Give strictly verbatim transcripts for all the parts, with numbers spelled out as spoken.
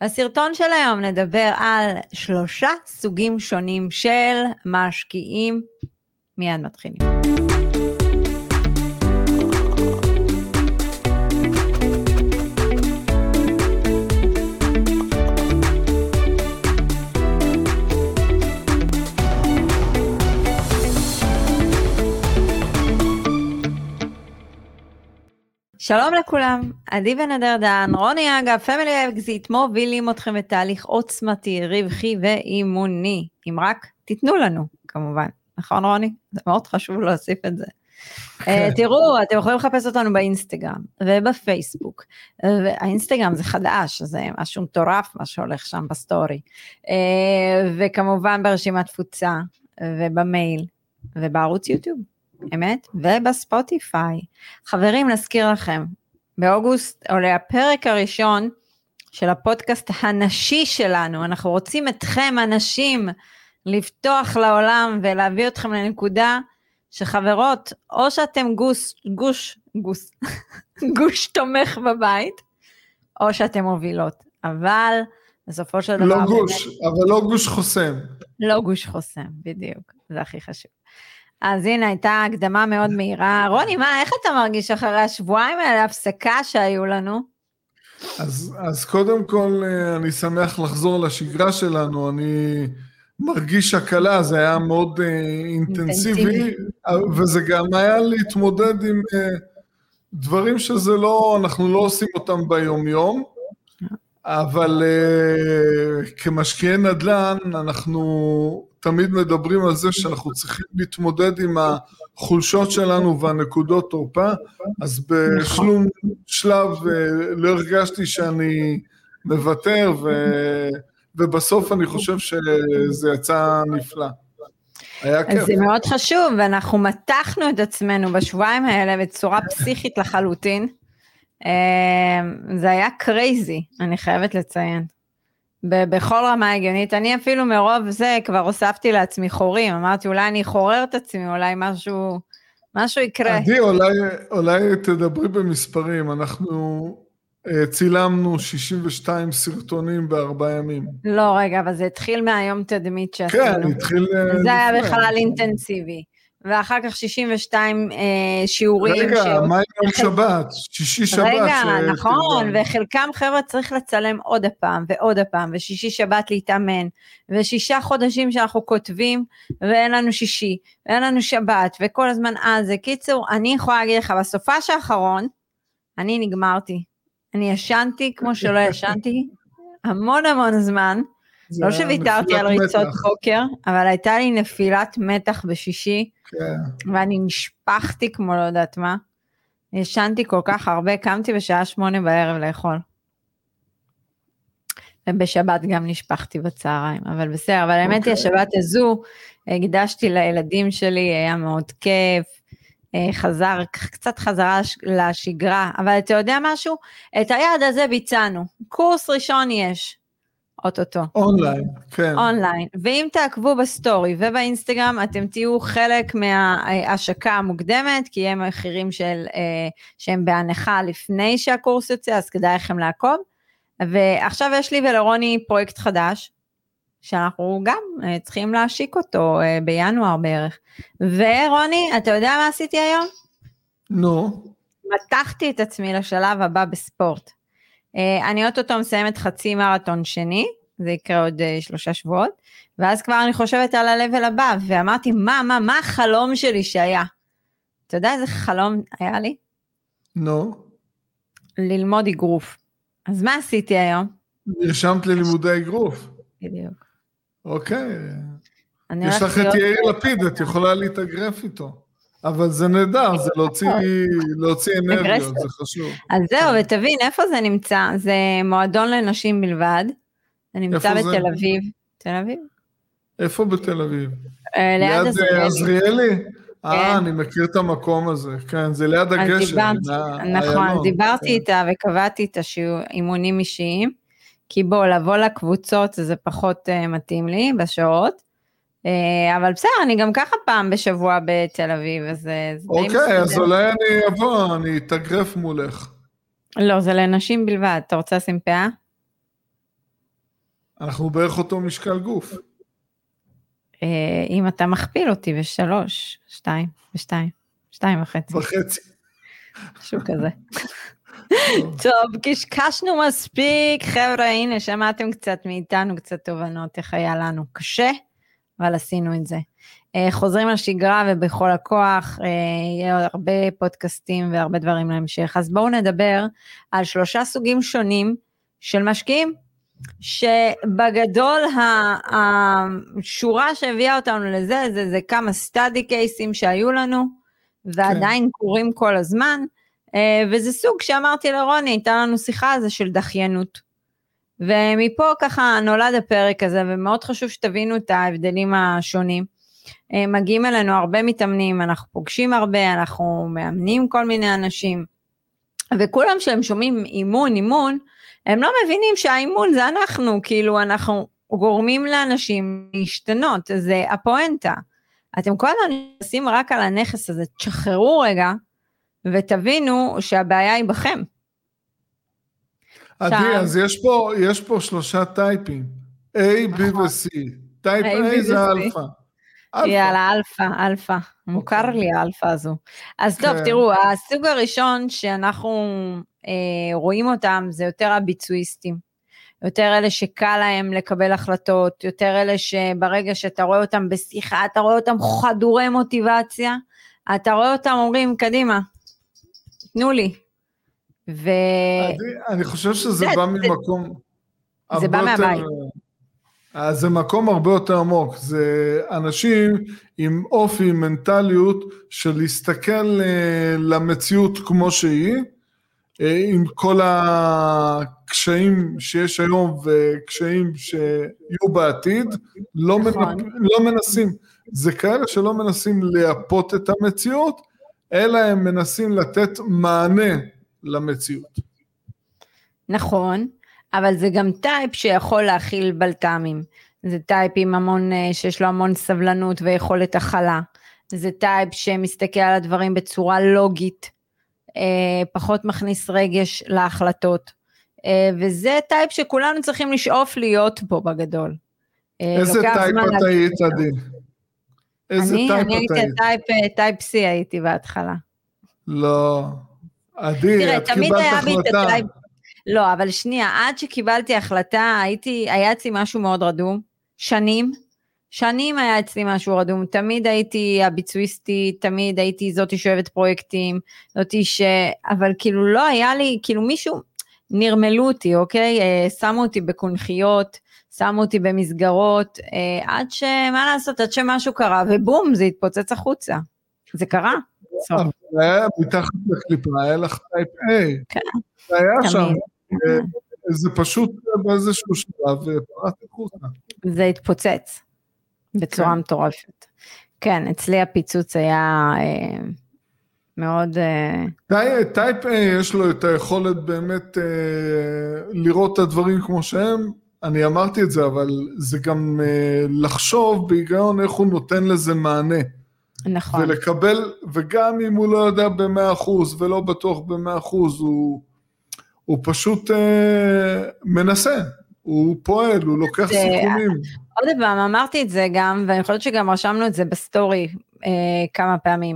בסרטון של היום נדבר על שלושה סוגים שונים של משקיעים. מיד מתחילים. שלום לכולם, עדי ונדר דן, רוני אגב, פמילי אקזיט, מובילים אתכם בתהליך עוצמתי, רווחי ואימוני, אם רק תיתנו לנו, כמובן, נכון רוני? זה מאוד חשוב להוסיף את זה. תראו, אתם יכולים לחפש אותנו באינסטגרם ובפייסבוק, והאינסטגרם זה חדש, זה משהו מטורף, מה שהולך שם בסטורי, וכמובן ברשימת תפוצה, ובמייל, ובערוץ יוטיוב. אמת? ובספוטיפיי. חברים, נזכיר לכם, באוגוסט עולה הפרק הראשון של הפודקאסט הנשי שלנו, אנחנו רוצים אתכם אנשים לפתוח לעולם ולהביא אתכם לנקודה שחברות, או שאתם גוש, גוש, גוש, גוש תומך בבית, או שאתם מובילות, אבל בסופו של דבר... לא גוש, באמת, אבל לא גוש חוסם. לא גוש חוסם, בדיוק, זה הכי חשוב. אז הנה, הייתה הקדמה מאוד מהירה. רוני, מה, איך אתה מרגיש אחרי השבועיים האלה, הפסקה שהיו לנו? אז, אז קודם כל, אני שמח לחזור לשגרה שלנו, אני מרגיש הקלה, זה היה מאוד אינטנסיבי, וזה גם היה להתמודד עם דברים שזה לא, אנחנו לא עושים אותם ביום יום, אבל כמשקיעי נדל"ן, אנחנו... תמיד מדברים על זה שאנחנו צריכים להתמודד עם החולשות שלנו והנקודות תורפה, אז בשלום שלב לא הרגשתי שאני מוותר, ובסוף אני חושב שזה יצא נפלא. היה כיף. זה מאוד חשוב, ואנחנו מתחנו את עצמנו בשבועיים האלה בצורה פסיכית לחלוטין, זה היה קרייזי, אני חייבת לציין. בכל רמה הגיונית, אני אפילו מרוב זה כבר הוספתי לעצמי חורים, אמרתי אולי אני חורר את עצמי, אולי משהו, משהו יקרה. עדי, אולי, אולי תדברי במספרים, אנחנו צילמנו שישים ושתיים סרטונים בארבעה ימים. לא רגע, אבל זה התחיל מהיום תדמית שעשינו. כן, התחיל... זה היה בכלל אינטנסיבי. ואחר כך שישים ושתיים אה, שיעורים. רגע, ש... מה עם שבת? שישי שבת. רגע, ש... נכון, תדבר. וחלקם חבר'ה צריך לצלם עוד הפעם, ועוד הפעם, ושישי שבת להתאמן, ושישה חודשים שאנחנו כותבים, ואין לנו שישי, ואין לנו שבת, וכל הזמן אז, זה קיצור, אני יכולה להגיד לך, בסופה שאחרון, אני נגמרתי, אני ישנתי כמו שלא ישנתי, המון המון זמן, לא שוויתרתי על ריצות בוקר, אבל הייתה לי נפילת מתח בשישי, ואני נשפחתי כמו לא יודעת מה, ישנתי כל כך הרבה, קמתי בשעה שמונה בערב לאכול, ובשבת גם נשפחתי בצהריים, אבל בסדר, אבל האמת היא השבת הזו, הקדשתי לילדים שלי, היה מאוד כיף, חזר, קצת חזרה לשגרה, אבל אתה יודע משהו? את היעד הזה ביצענו, קורס ראשון יש, אוטוטו. אונליין, כן. אונליין, ואם תעקבו בסטורי ובאינסטגרם, אתם תהיו חלק מההשקה המוקדמת, כי הם מחירים של, שהם בהנחה לפני שהקורס יוצא, אז כדאי לכם לעקוב, ועכשיו יש לי ולרוני פרויקט חדש, שאנחנו גם צריכים להשיק אותו בינואר בערך, ורוני, אתה יודע מה עשיתי היום? נו. מתחתי את עצמי לשלב הבא בספורט, אני אוטוטו מסיימת חצי מרתון שני, זה יקרה עוד שלושה שבועות, ואז כבר אני חושבת על הלבל הבא, ואמרתי, מה, מה, מה החלום שלי שהיה? אתה יודע איזה חלום היה לי? נו. ללמוד אגרוף. אז מה עשיתי היום? נרשמת ללימודי אגרוף. בדיוק. אוקיי. יש לך את יאיר לפיד, את יכולה להתאגרף איתו. אבל זה נהדר, זה להוציא, להוציא אנרגיות, זה חשוב. אז זהו, ותבין, איפה זה נמצא? זה מועדון לנשים בלבד, זה נמצא בתל אביב. תל אביב? איפה בתל אביב? ליד עזריאלי. עזריאלי? אה, אני מכיר את המקום הזה, כן, זה ליד הגשר. נכון, דיברתי איתה וקבעתי את האימונים אישיים, כי בוא, לבוא לקבוצות זה פחות מתאים לי בשעות, אבל בסדר, אני גם ככה פעם בשבוע בתל אביב, אז זה די מסתדר. אוקיי, אז אולי אני אבוא, אני אתאגרף מולך. לא, זה לנשים בלבד, אתה רוצה לשים פאה? אנחנו בערך אותו משקל גוף. אם אתה מכפיל אותי בשלוש, שתיים, ושתיים, שתיים וחצי. וחצי. משהו כזה. טוב, קשקשנו מספיק, חבר'ה, הנה, שמעתם קצת מאיתנו, קצת תובנות, איך היה לנו קשה, אבל עשינו את זה. חוזרים לשגרה ובכל הכוח, יהיה הרבה פודקאסטים והרבה דברים להמשך, אז בואו נדבר על שלושה סוגים שונים של משקיעים, שבגדול השורה שהביאה אותנו לזה, זה, זה כמה סטאדי קייסים שהיו לנו, ועדיין קורים כל הזמן, וזה סוג שאמרתי לרוני, הייתה לנו שיחה הזה של דחיינות, ומפה ככה נולד הפרק הזה, ומאוד חשוב שתבינו את ההבדלים השונים, מגיעים אלינו הרבה מתאמנים, אנחנו פוגשים הרבה, אנחנו מאמנים כל מיני אנשים, וכולם שהם שומעים אימון, אימון, הם לא מבינים שהאימון זה אנחנו, כאילו אנחנו גורמים לאנשים להשתנות, זה הפואנטה. אתם כל הזמן נשים רק על הנכס הזה, תשחררו רגע, ותבינו שהבעיה היא בכם. עדי, אז יש פה, יש פה שלושה טייפים, A, B ו-C. טייפ A זה אלפא. יאללה, אלפא, אלפא. מוכר לי האלפא הזו. אז טוב, תראו, הסוג הראשון שאנחנו רואים אותם, זה יותר הביצועיסטים. יותר אלה שקל להם לקבל החלטות, יותר אלה שברגע שאתה רואה אותם בשיחה, אתה רואה אותם חדורי מוטיבציה, אתה רואה אותם אומרים, קדימה, תנו לי. ו... אני חושב שזה בא ממקום... זה בא מהבית. אז זה מקום הרבה יותר עמוק, זה אנשים עם אופי, מנטליות, של להסתכל למציאות כמו שהיא, עם כל הקשיים שיש היום, וקשיים שיהיו בעתיד, לא, נכון. מנפ... לא מנסים, זה כאלה שלא מנסים לייפות את המציאות, אלא הם מנסים לתת מענה למציאות. נכון. אבל זה גם טייפ שיכול להכיל בלטמים, זה טייפ עם המון, שיש לו המון סבלנות ויכולת הכלה, זה טייפ שמסתכל על הדברים בצורה לוגית, פחות מכניס רגש להחלטות, וזה טייפ שכולנו צריכים לשאוף להיות בו בגדול. איזה טייפ אתה היית עדי? איזה אני, טייפ אני הייתי טייפ, טייפ C הייתי בהתחלה. לא, עדי, את קיבלת החלטה. לא, אבל שנייה, עד שקיבלתי החלטה, הייתי, היה אצלי משהו מאוד רדום, שנים, שנים היה אצלי משהו רדום, תמיד הייתי הביצועיסטית, תמיד הייתי זאתי שאוהבת פרויקטים, זאתי ש... אבל כאילו לא היה לי, כאילו מישהו, נרמלו אותי, אוקיי? שמו אותי בקונחיות, שמו אותי במסגרות, עד ש... מה לעשות, עד שמשהו קרה, ובום, זה התפוצץ החוצה. זה קרה. אבל היה מתחת לקליפה, היה לך טייפ A. כן. זה היה שם, זה פשוט באיזשהו שלב, ופרט החוצה. זה התפוצץ, בצורה מטורפת. כן, אצלי הפיצוץ היה מאוד... טייפ A יש לו את היכולת באמת לראות את הדברים כמו שהם, אני אמרתי את זה, אבל זה גם לחשוב בהיגיון איך הוא נותן לזה מענה. נכון. ולקבל, וגם אם הוא לא יודע במאה אחוז, ולא בטוח במאה אחוז, הוא, הוא פשוט אה, מנסה, הוא פועל, הוא לוקח זה, סיכונים. עוד פעם, אמרתי את זה גם, ואני חושבת שגם רשמנו את זה בסטורי אה, כמה פעמים.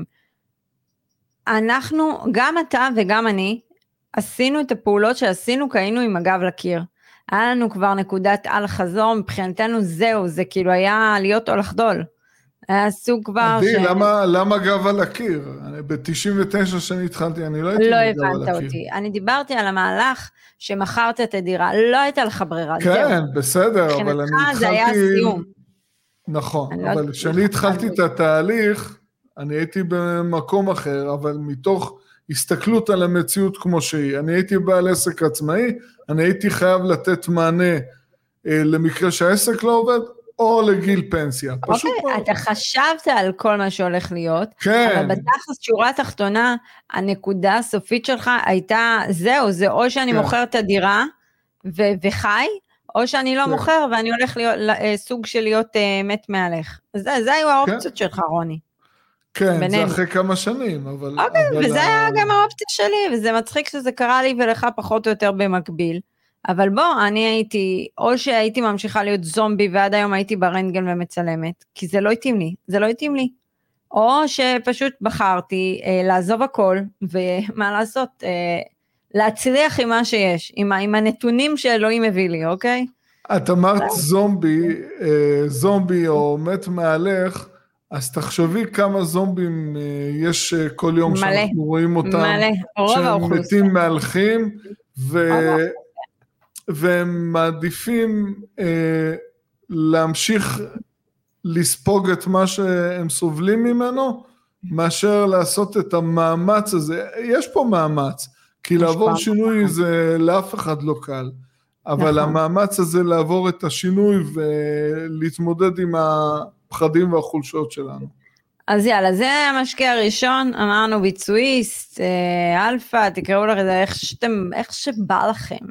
אנחנו, גם אתה וגם אני, עשינו את הפעולות שעשינו, כי היינו עם הגב לקיר. היה לנו כבר נקודת על חזור, מבחינתנו זהו, זה כאילו היה להיות או לחדול. היה סוג כבר עדי, ש... למה, למה גב על הקיר? ב-תשעים ותשע שאני התחלתי, אני לא הייתי לא הבנת אותי. אני דיברתי על המהלך שמכרת את הדירה, לא הייתה לך ברירה. כן, זהו. בסדר, אבל אני התחלתי... זה היה סיום. נכון, אבל כשאני התחלתי את התהליך, אני הייתי במקום אחר, אבל מתוך הסתכלות על המציאות כמו שהיא. אני הייתי בעל עסק עצמאי, אני הייתי חייב לתת מענה אה, למקרה שהעסק לא עובד, או לגיל פנסיה. אוקיי, אתה חשבת על כל מה שהולך להיות, כן. אבל בתכלס שורה תחתונה, הנקודה הסופית שלך הייתה, זהו, זה או שאני כן. מוכר את הדירה, ו- וחי, או שאני לא כן. מוכר, ואני הולך להיות, סוג של להיות uh, מת מהלך. זה, זה היו האופציות כן. שלך, רוני. כן, בינינו. זה אחרי כמה שנים, אבל... אוקיי, אבל וזה ה... היה גם האופציה שלי, וזה מצחיק שזה קרה לי ולך פחות או יותר במקביל, אבל בוא, אני הייתי, או שהייתי ממשיכה להיות זומבי, ועד היום הייתי ברנטגן ומצלמת, כי זה לא התאים לי, זה לא התאים לי. או שפשוט בחרתי אה, לעזוב הכל, ומה לעשות, אה, להצליח עם מה שיש, עם, עם הנתונים שאלוהים הביא לי, אוקיי? את אמרת זומבי, אה, זומבי או מת מהלך, אז תחשבי כמה זומבים אה, יש אה, כל יום מלא, שאנחנו רואים אותם, מלא, רוב האוכלוסייה. שהם מתים מהלכים, ו... והם מעדיפים אה, להמשיך לספוג את מה שהם סובלים ממנו, מאשר לעשות את המאמץ הזה. יש פה מאמץ, כי לעבור שינוי זה לאף אחד לא קל, אבל נכון. המאמץ הזה לעבור את השינוי ולהתמודד עם הפחדים והחולשות שלנו. אז יאללה, זה המשקיע הראשון, אמרנו ביצועיסט, אלפא, תקראו לך את זה איך, שאתם, איך שבא לכם.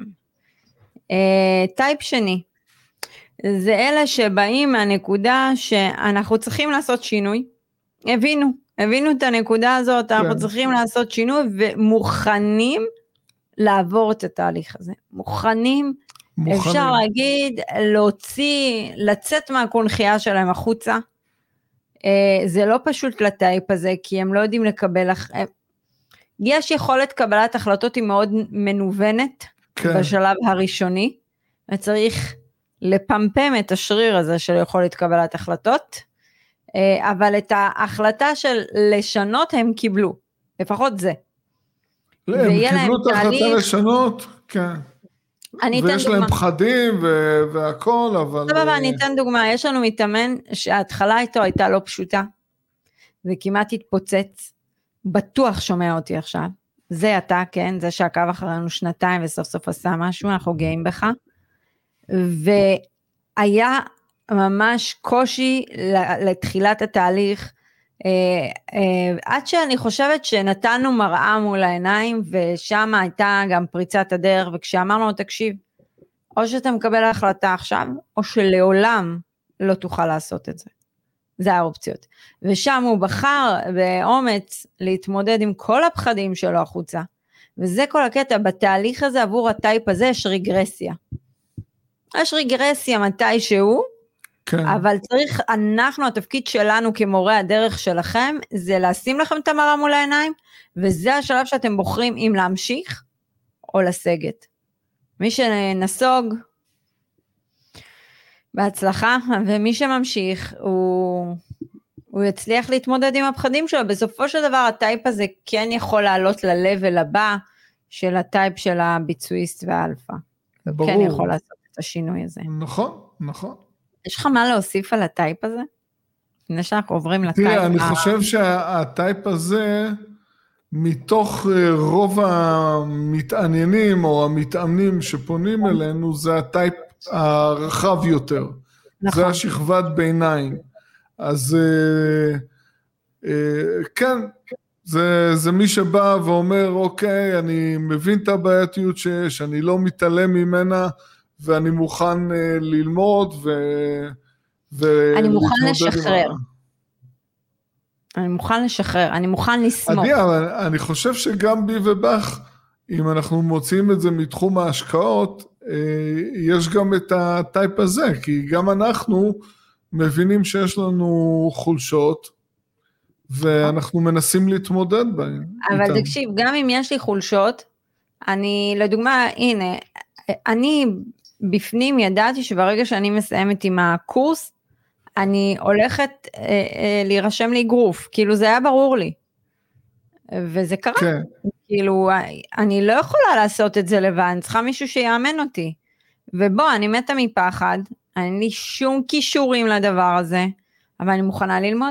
טייפ שני, זה אלה שבאים מהנקודה שאנחנו צריכים לעשות שינוי, הבינו, הבינו את הנקודה הזאת, אנחנו כן. צריכים לעשות שינוי, ומוכנים לעבור את התהליך הזה, מוכנים, מוכנים, אפשר להגיד, להוציא, לצאת מהקונחייה שלהם החוצה, זה לא פשוט לטייפ הזה, כי הם לא יודעים לקבל, יש יכולת קבלת החלטות היא מאוד מנוונת, כן. בשלב הראשוני, וצריך לפמפם את השריר הזה של יכולת קבלת החלטות, אבל את ההחלטה של לשנות הם קיבלו, לפחות זה. הם קיבלו את ההחלטה לשנות, כן. ויש להם פחדים והכל, אבל... סבבה, אני אתן דוגמה, יש לנו מתאמן שההתחלה איתו הייתה לא פשוטה, וכמעט התפוצץ, בטוח שומע אותי עכשיו, זה אתה, כן, זה שעקב אחרינו שנתיים וסוף סוף עשה משהו, אנחנו גאים בך, והיה ממש קושי לתחילת התהליך, עד שאני חושבת שנתנו מראה מול העיניים, ושם הייתה גם פריצת הדרך, וכשאמרנו לו תקשיב, או שאתה מקבל ההחלטה עכשיו, או שלעולם לא תוכל לעשות את זה. זה האופציות. ושם הוא בחר באומץ להתמודד עם כל הפחדים שלו החוצה. וזה כל הקטע, בתהליך הזה עבור הטייפ הזה יש רגרסיה. יש רגרסיה מתישהו, כן. אבל צריך, אנחנו, התפקיד שלנו כמורה הדרך שלכם, זה לשים לכם את המראה מול העיניים, וזה השלב שאתם בוחרים אם להמשיך או לסגת. מי שנסוג, בהצלחה, ומי שממשיך, הוא, הוא יצליח להתמודד עם הפחדים שלו, בסופו של דבר הטייפ הזה כן יכול לעלות ללבל הבא, של הטייפ של הביצועיסט והאלפא. ברור. כן יכול לעשות את השינוי הזה. נכון, נכון. יש לך מה להוסיף על הטייפ הזה? לפני שאנחנו עוברים לטייפ. תראה, אני חושב שהטייפ הזה, מתוך רוב המתעניינים, או המתאמנים שפונים אלינו, זה הטייפ הרחב יותר. נכון. זה השכבת ביניים. אז כן, זה, זה מי שבא ואומר, אוקיי, אני מבין את הבעייתיות שיש, אני לא מתעלם ממנה, ואני מוכן ללמוד, ו... אני מוכן לשחרר. אני מוכן לשחרר, אני מוכן לסמוך. עדי, אבל אני חושב שגם בי ובך, אם אנחנו מוצאים את זה מתחום ההשקעות, יש גם את הטייפ הזה, כי גם אנחנו מבינים שיש לנו חולשות, ואנחנו מנסים להתמודד בהן. אבל תקשיב, גם אם יש לי חולשות, אני, לדוגמה, הנה, אני בפנים ידעתי שברגע שאני מסיימת עם הקורס, אני הולכת אה, אה, להירשם לי גרוף, כאילו זה היה ברור לי, וזה קרה, כן. כאילו אני לא יכולה לעשות את זה לבד, אני צריכה מישהו שיאמן אותי, ובוא, אני מתה מפחד, אין לי שום קישורים לדבר הזה, אבל אני מוכנה ללמוד,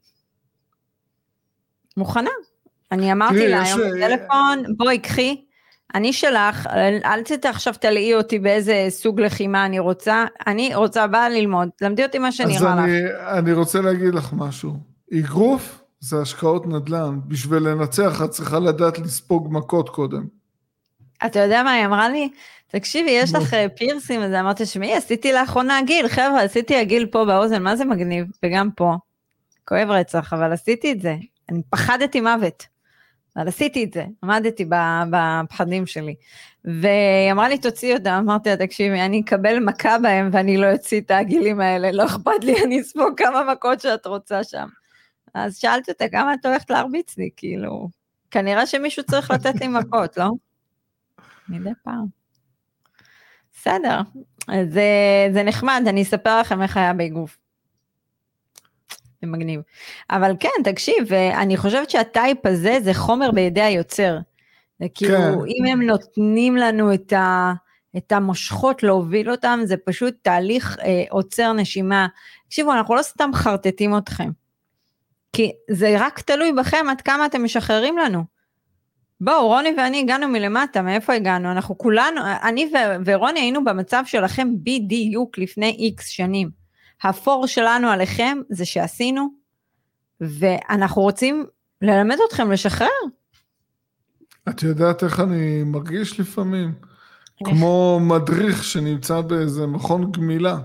מוכנה, אני אמרתי לה היום בטלפון, בואי קחי, אני שלך, אל תתה עכשיו תלעי אותי באיזה סוג לחימה אני רוצה, אני רוצה באה ללמוד, למדי אותי מה שנראה לך. אז אני, אני רוצה להגיד לך משהו, אגרוף זה השקעות נדל"ן, בשביל לנצח את צריכה לדעת לספוג מכות קודם. אתה יודע מה היא אמרה לי? תקשיבי, יש לך פירסים, אז אמרתי שמי, עשיתי לאחרונה גיל, חבר'ה, עשיתי הגיל פה באוזן, מה זה מגניב? וגם פה, כואב רצח, אבל עשיתי את זה, אני פחדתי מוות. אבל עשיתי את זה, עמדתי בפחדים שלי, והיא אמרה לי תוציא אותה, אמרתי לה תקשיבי, אני אקבל מכה בהם, ואני לא אוציא את העגילים האלה, לא אכפת לי, אני אספוג כמה מכות שאת רוצה שם. אז שאלתי אותה, כמה את הולכת להרביץ לי, כאילו, כנראה שמישהו צריך לתת לי מכות, לא? מדי פעם. בסדר, זה, זה נחמד, אני אספר לכם איך היה באגרוף. זה מגניב. אבל כן, תקשיב, אני חושבת שהטייפ הזה זה חומר בידי היוצר. זה כאילו, כן. אם הם נותנים לנו את, ה, את המושכות להוביל אותם, זה פשוט תהליך אה, עוצר נשימה. תקשיבו, אנחנו לא סתם חרטטים אתכם. כי זה רק תלוי בכם עד כמה אתם משחררים לנו. בואו, רוני ואני הגענו מלמטה, מאיפה הגענו? אנחנו כולנו, אני ו- ורוני היינו במצב שלכם בדיוק לפני איקס שנים. הפור שלנו עליכם זה שעשינו, ואנחנו רוצים ללמד אתכם לשחרר. את יודעת איך אני מרגיש לפעמים? כמו מדריך שנמצא באיזה מכון גמילה.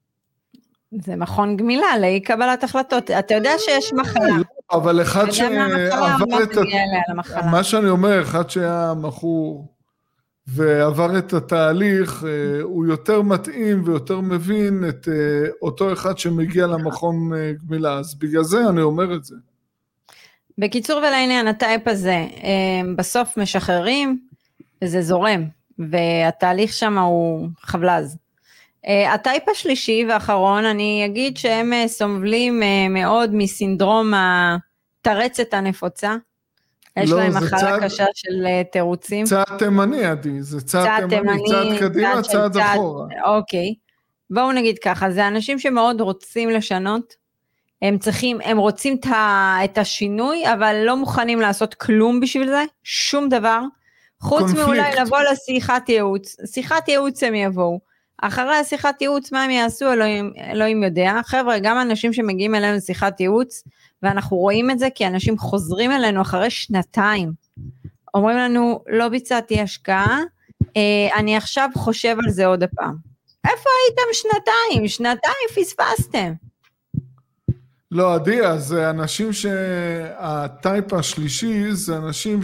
זה מכון גמילה, לאי קבלת החלטות. אתה יודע שיש מחלה. אבל אחד שעבר את... מה שאני אומר, אחד שהיה מכור ועבר את התהליך, הוא יותר מתאים ויותר מבין את אותו אחד שמגיע למכון גמילה. אז בגלל זה אני אומר את זה. בקיצור ולעניין, הטייפ הזה, בסוף משחררים, וזה זורם, והתהליך שם הוא חבלז. הטייפ השלישי והאחרון, אני אגיד שהם סובלים מאוד מסינדרום התרצת הנפוצה, יש להם מחלה קשה של תירוצים. צעד תימני, עדי, זה צעד תימני, צעד קדימה, צעד אחורה. אוקיי, בואו נגיד ככה, זה אנשים שמאוד רוצים לשנות, הם צריכים, הם רוצים את השינוי, אבל לא מוכנים לעשות כלום בשביל זה, שום דבר, חוץ מאולי לבוא לשיחת ייעוץ, שיחת ייעוץ הם יבואו, אחרי השיחת ייעוץ מה הם יעשו, אלוהים, אלוהים יודע, חבר'ה, גם אנשים שמגיעים אלינו לשיחת ייעוץ, ואנחנו רואים את זה, כי אנשים חוזרים אלינו אחרי שנתיים, אומרים לנו, לא ביצעתי השקעה, אני עכשיו חושב על זה עוד הפעם, איפה הייתם שנתיים? שנתיים פספסתם. לא, עדי, אז זה אנשים שהטייפ השלישי, זה אנשים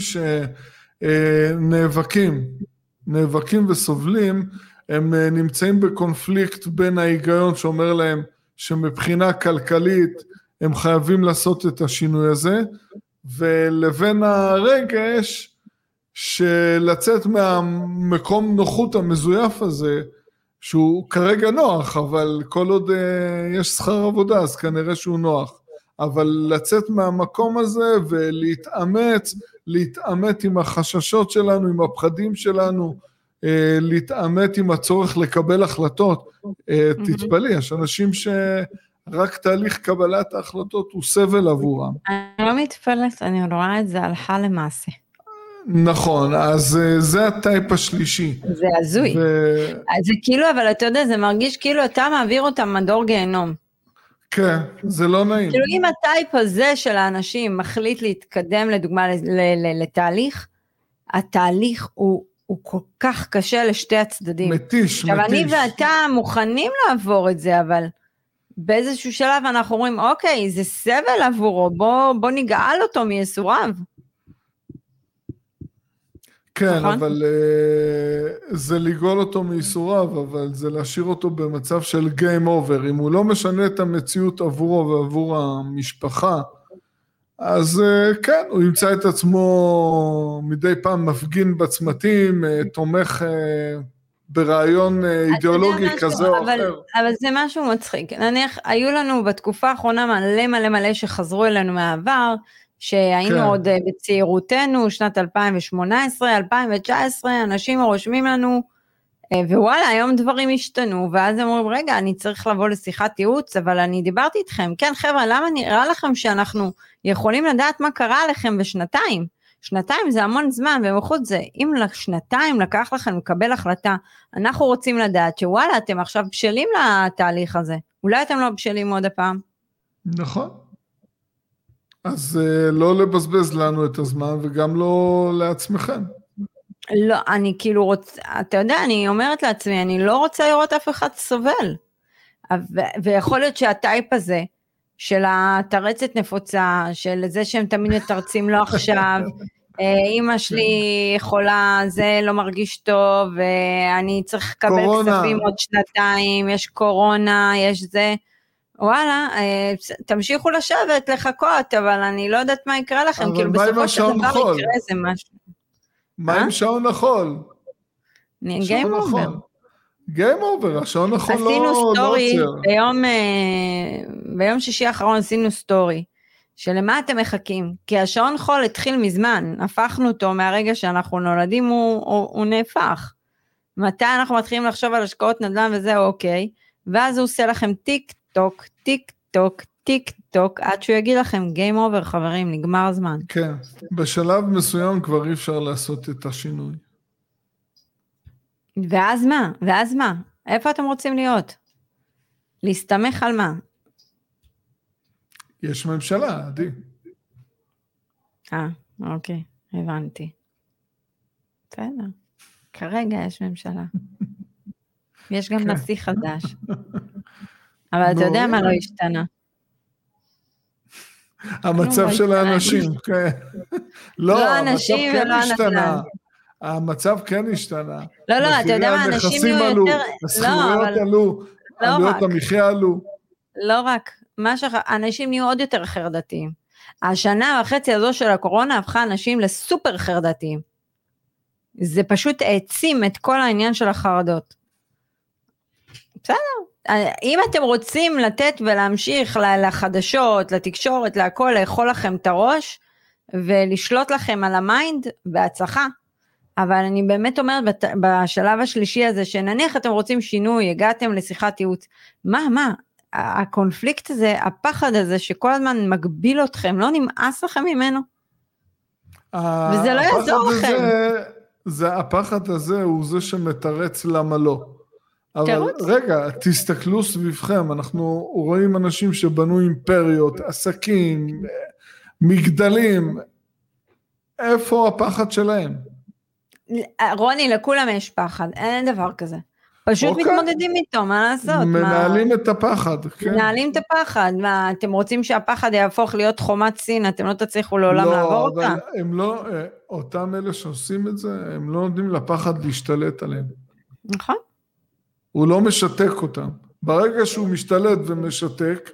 שנאבקים, נאבקים וסובלים, הם נמצאים בקונפליקט בין ההיגיון שאומר להם שמבחינה כלכלית הם חייבים לעשות את השינוי הזה, ולבין הרגש שלצאת מהמקום נוחות המזויף הזה, שהוא כרגע נוח, אבל כל עוד יש שכר עבודה, אז כנראה שהוא נוח. אבל לצאת מהמקום הזה ולהתאמץ, להתאמת עם החששות שלנו, עם הפחדים שלנו, להתאמת עם הצורך לקבל החלטות. תתפלא, יש אנשים שרק תהליך קבלת ההחלטות הוא סבל עבורם. אני לא מתפלאת, אני רואה את זה הלכה למעשה. נכון, אז זה הטייפ השלישי. זה הזוי. ו... זה כאילו, אבל אתה יודע, זה מרגיש כאילו אתה מעביר אותם מדור גיהנום. כן, זה לא נעים. כאילו אם הטייפ הזה של האנשים מחליט להתקדם לדוגמה לתהליך, התהליך הוא, הוא כל כך קשה לשתי הצדדים. מתיש, עכשיו, מתיש. אני ואתה מוכנים לעבור את זה, אבל באיזשהו שלב אנחנו אומרים, אוקיי, זה סבל עבורו, בוא, בוא נגאל אותו מייסוריו. כן, נכון? אבל uh, זה לגאול אותו מייסוריו, אבל זה להשאיר אותו במצב של game over. אם הוא לא משנה את המציאות עבורו ועבור המשפחה, אז uh, כן, הוא ימצא את עצמו מדי פעם מפגין בצמתים, uh, תומך uh, ברעיון uh, אידיאולוגי משהו, כזה או אבל, אחר. אבל זה משהו מצחיק. נניח, היו לנו בתקופה האחרונה מלא מלא מלא שחזרו אלינו מהעבר, שהיינו כן. עוד בצעירותנו, שנת אלפיים שמונה עשרה, אלפיים תשע עשרה, אנשים רושמים לנו, ווואלה, היום דברים השתנו, ואז הם אומרים, רגע, אני צריך לבוא לשיחת ייעוץ, אבל אני דיברתי איתכם, כן חבר'ה, למה נראה לכם שאנחנו יכולים לדעת מה קרה עליכם בשנתיים? שנתיים זה המון זמן, ומחוץ זה, אם לשנתיים לקח לכם לקבל החלטה, אנחנו רוצים לדעת שוואלה, אתם עכשיו בשלים לתהליך הזה, אולי אתם לא בשלים עוד הפעם? נכון. אז לא לבזבז לנו את הזמן, וגם לא לעצמכם. לא, אני כאילו רוצה, אתה יודע, אני אומרת לעצמי, אני לא רוצה לראות אף אחד סובל. ויכול להיות שהטייפ הזה, של התרצת נפוצה, של זה שהם תמיד מתרצים לו עכשיו, אמא שלי חולה, זה לא מרגיש טוב, ואני צריך לקבל כספים עוד שנתיים, יש קורונה, יש זה, וואלה, תמשיכו לשבת, לחכות, אבל אני לא יודעת מה יקרה לכם, כאילו בסופו של דבר יקרה איזה משהו. מה עם שעון החול? גיים אובר. גיים אובר, השעון החול לא עוצר. עשינו סטורי, ביום שישי האחרון עשינו סטורי, שלמה אתם מחכים? כי השעון חול התחיל מזמן, הפכנו אותו מהרגע שאנחנו נולדים, הוא, הוא, הוא נהפך. מתי אנחנו מתחילים לחשוב על השקעות נדל"ן וזהו, אוקיי, ואז הוא עושה לכם טיק טוק, טיק טוק, טיק טוק, עד שהוא יגיד לכם, גיים אובר חברים, נגמר הזמן. כן, בשלב מסוים כבר אי אפשר לעשות את השינוי. ואז מה? ואז מה? איפה אתם רוצים להיות? להסתמך על מה? יש ממשלה, עדי. אה, אוקיי, הבנתי. בסדר, כרגע יש ממשלה. יש גם נשיא חדש. אבל אתה יודע מה לא השתנה? המצב של האנשים, כן. לא, המצב כן השתנה. המצב כן השתנה. לא, לא, אתה יודע מה, אנשים יהיו יותר... הסחירויות עלו, עלויות המחיה עלו. לא רק, אנשים נהיו עוד יותר חרדתיים. השנה וחצי הזו של הקורונה הפכה אנשים לסופר חרדתיים. זה פשוט העצים את כל העניין של החרדות. בסדר. אם אתם רוצים לתת ולהמשיך לחדשות, לתקשורת, להכל, לאכול לכם את הראש, ולשלוט לכם על המיינד, בהצלחה. אבל אני באמת אומרת, בשלב השלישי הזה, שנניח אתם רוצים שינוי, הגעתם לשיחת ייעוץ, מה, מה? הקונפליקט הזה, הפחד הזה, שכל הזמן מגביל אתכם, לא נמאס לכם ממנו? וזה לא יעזור לכם. זה, הפחד הזה הוא זה שמתרץ למה לא. אבל תרוץ. רגע, תסתכלו סביבכם, אנחנו רואים אנשים שבנו אימפריות, עסקים, מגדלים, איפה הפחד שלהם? רוני, לכולם יש פחד, אין דבר כזה. פשוט אוקיי. מתמודדים איתו, מה לעשות? מנהלים מה... את הפחד. כן. מנהלים את הפחד, מה, אתם רוצים שהפחד יהפוך להיות חומת סין, אתם לא תצליחו לעולם לא, לעבור אותה? לא, הם לא, אותם אלה שעושים את זה, הם לא נותנים לפחד להשתלט עליהם. נכון. הוא לא משתק אותם. ברגע שהוא משתלט ומשתק,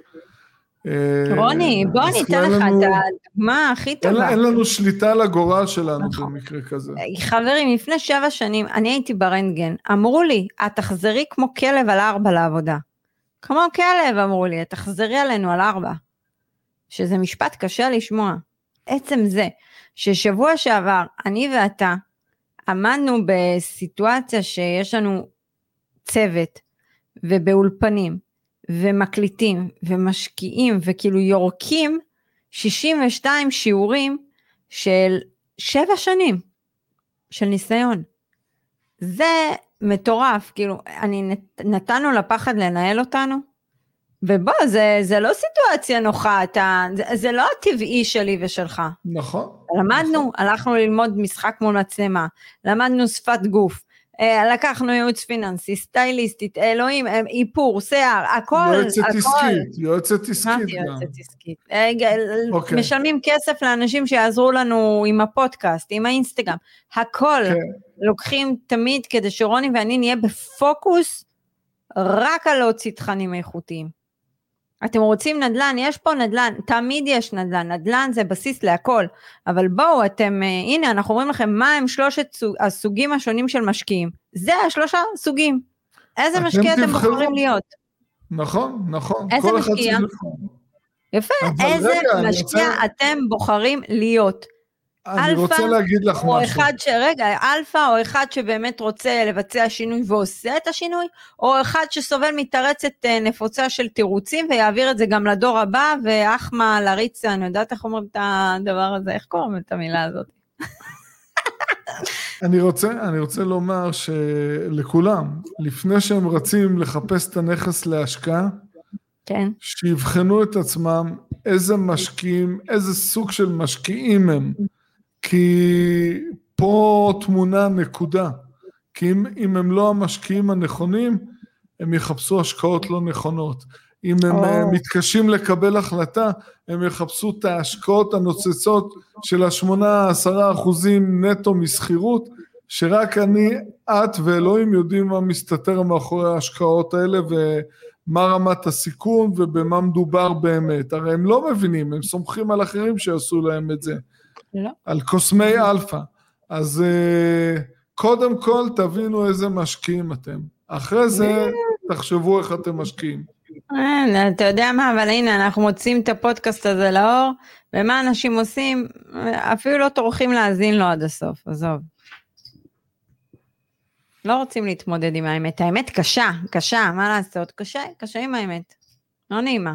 רוני, בוא ניתן לך את הדוגמה הכי טובה. אין לנו שליטה על הגורל שלנו במקרה כזה. חברים, לפני שבע שנים, אני הייתי ברנטגן, אמרו לי, את תחזרי כמו כלב על ארבע לעבודה. כמו כלב, אמרו לי, את תחזרי עלינו על ארבע. שזה משפט קשה לשמוע. עצם זה, ששבוע שעבר, אני ואתה, עמדנו בסיטואציה שיש לנו צוות, ובאולפנים, ומקליטים, ומשקיעים, וכאילו יורקים, שישים ושתיים שיעורים, של שבע שנים, של ניסיון. זה מטורף, כאילו, אני נתנו לפחד לנהל אותנו, ובוא, זה, זה לא סיטואציה נוחה, אתה, זה, זה לא הטבעי שלי ושלך. נכון. למדנו, נכון. הלכנו ללמוד משחק מול מצלמה, למדנו שפת גוף, לקחנו ייעוץ פיננסי, סטייליסטית, אלוהים, איפור, שיער, הכל, יועצת הכל. עסקית, יועצת עסקית גם. יועצת עסקית. Okay. משלמים כסף לאנשים שיעזרו לנו עם הפודקאסט, עם האינסטגרם, הכל. Okay. לוקחים תמיד כדי שרוני ואני נהיה בפוקוס, רק על להוציא תכנים איכותיים. אתם רוצים נדל"ן, יש פה נדל"ן, תמיד יש נדל"ן, נדל"ן זה בסיס להכל, אבל בואו אתם, הנה אנחנו אומרים לכם, מה הם שלושת הסוגים השונים של משקיעים, זה השלושה סוגים, איזה משקיע אתם בוחרים להיות? נכון, נכון. איזה משקיע? יפה, איזה רגע, משקיע רוצה... אתם בוחרים להיות? אני רוצה להגיד לך או משהו. אחד ש... רגע, אלפא, או אחד שבאמת רוצה לבצע שינוי ועושה את השינוי, או אחד שסובל מתרצת נפוצה של תירוצים, ויעביר את זה גם לדור הבא, ואחמה לריצה, אני יודעת איך אומרים את הדבר הזה, איך קוראים את המילה הזאת? אני רוצה, אני רוצה לומר שלכולם, לפני שהם רצים לחפש את הנכס להשקעה, כן. שיבחנו את עצמם איזה משקיעים, איזה סוג של משקיעים הם, כי פה תמונה נקודה, כי אם, אם הם לא המשקיעים הנכונים, הם יחפשו השקעות לא נכונות. אם הם oh. מתקשים לקבל החלטה, הם יחפשו את ההשקעות הנוצצות של השמונה, עשרה אחוזים נטו מסחירות, שרק אני, את ואלוהים יודעים מה מסתתר מאחורי ההשקעות האלה, ומה רמת הסיכון, ובמה מדובר באמת. הרי הם לא מבינים, הם סומכים על אחרים שיעשו להם את זה. לא. על קוסמי אלפא. אז קודם כל תבינו איזה משקיעים אתם. אחרי זה תחשבו איך אתם משקיעים. אתה יודע מה, אבל הנה אנחנו מוצאים את הפודקאסט הזה לאור, ומה אנשים עושים, אפילו לא טורחים להאזין לו עד הסוף, עזוב. לא רוצים להתמודד עם האמת, האמת קשה, קשה, מה לעשות? קשה, קשה עם האמת, לא נעימה.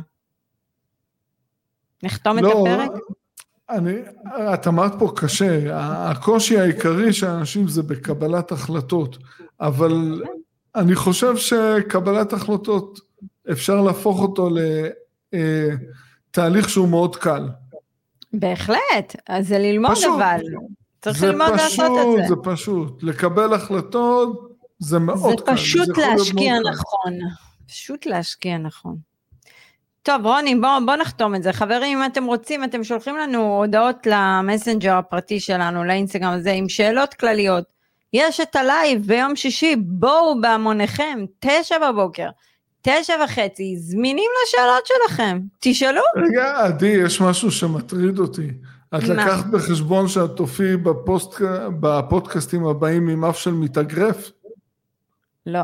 נחתום לא, את הפרק? אני, את אמרת פה קשה, הקושי העיקרי של האנשים זה בקבלת החלטות, אבל אני חושב שקבלת החלטות, אפשר להפוך אותו לתהליך שהוא מאוד קל. בהחלט, אז זה ללמוד פשוט, אבל, צריך ללמוד פשוט, לעשות את זה. זה פשוט, לקבל החלטות זה מאוד זה קל. פשוט זה להשקיע נכון, פשוט להשקיע נכון. טוב רוני, בוא, בוא נחתום את זה. חברים, אם אתם רוצים, אתם שולחים לנו הודעות למסנג'ר הפרטי שלנו, לאינסטגרם הזה, עם שאלות כלליות. יש את הלייב ביום שישי, בואו בהמוניכם, תשע בבוקר. תשע וחצי, זמינים לשאלות שלכם, תשאלו. רגע, עדי, יש משהו שמטריד אותי. את מה? לקחת בחשבון שאת תופיעי בפוסט, בפודקאסטים הבאים עם אף של מתאגרף? לא.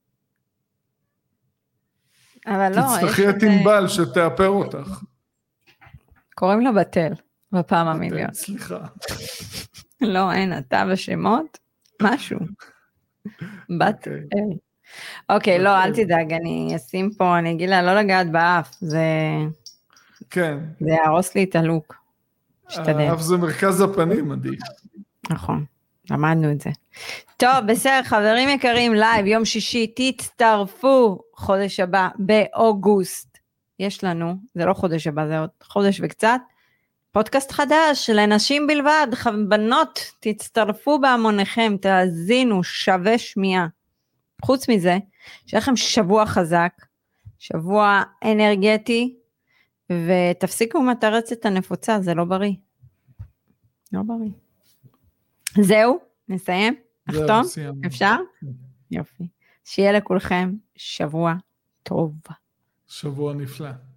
אבל לא, תצטרכי את ענבל שתאפר אותך. קוראים לו בטל, בפעם המיליון. סליחה. לא, אין, אתה בשמות, משהו. בטל. אוקיי, לא, אל תדאג, אני אשים פה, אני אגיד לה, לא לגעת באף, זה... כן. זה יהרוס לי את הלוק. שתדע. האף זה מרכז הפנים, עדי. נכון, למדנו את זה. טוב, בסדר, חברים יקרים, לייב, יום שישי, תצטרפו חודש הבא, באוגוסט. יש לנו, זה לא חודש הבא, זה עוד חודש וקצת, פודקאסט חדש, לנשים בלבד, בנות, תצטרפו בהמוניכם, תאזינו, שווה שמיעה. חוץ מזה, שיהיה לכם שבוע חזק, שבוע אנרגטי, ותפסיקו מתרצת הנפוצה, זה לא בריא. לא בריא. זהו, נסיים? נחתום? אפשר? יופי. שיהיה לכולכם שבוע טוב. שבוע נפלא.